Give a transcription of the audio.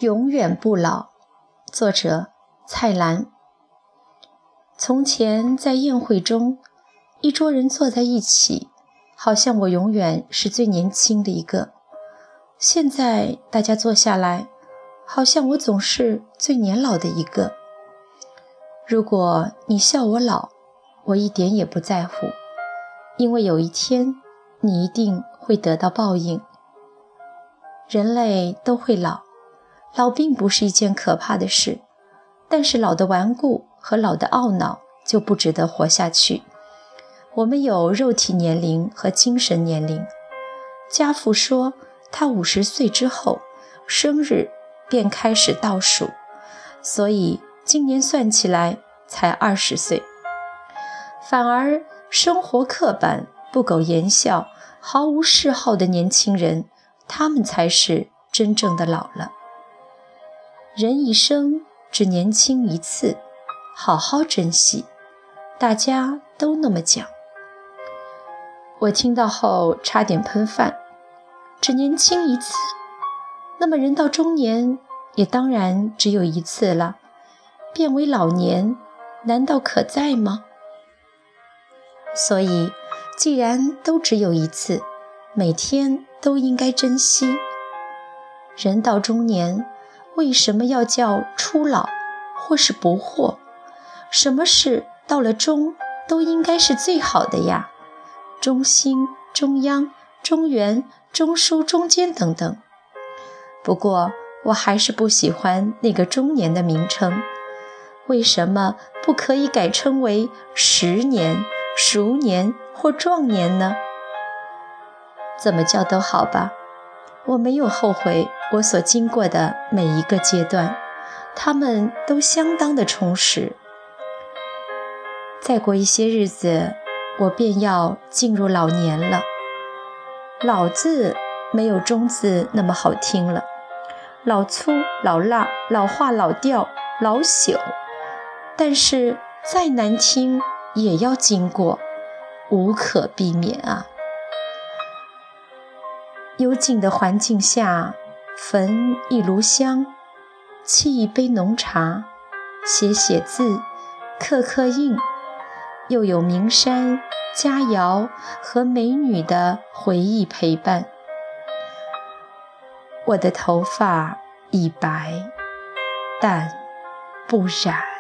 永远不老，作者蔡澜。从前在宴会中，一桌人坐在一起，好像我永远是最年轻的一个。现在大家坐下来，好像我总是最年老的一个。如果你笑我老，我一点也不在乎，因为有一天你一定会得到报应。人类都会老，老并不是一件可怕的事，但是老的顽固和老的懊恼就不值得活下去。我们有肉体年龄和精神年龄。家父说他50岁之后生日便开始倒数，所以今年算起来才20岁。反而生活刻板、不苟言笑、毫无嗜好的年轻人，他们才是真正的老了。人一生只年轻一次，好好珍惜，大家都那么讲。我听到后差点喷饭，只年轻一次，那么人到中年也当然只有一次了，变为老年，难道可在吗？所以既然都只有一次，每天都应该珍惜。人到中年，为什么要叫初老或是不惑？什么事到了中都应该是最好的呀，中兴、中央、中原、中枢、中间等等。不过我还是不喜欢那个中年的名称，为什么不可以改称为10年、熟年或壮年呢？怎么叫都好吧，我没有后悔我所经过的每一个阶段，他们都相当的充实。再过一些日子，我便要进入老年了。老字没有中字那么好听了，老粗、老辣、老化、老调、老朽，但是再难听也要经过，无可避免啊。幽静的环境下，焚一炉香，沏一杯浓茶，写字，刻印，又有名山、佳肴和美女的回忆陪伴。我的头发已白，但不染。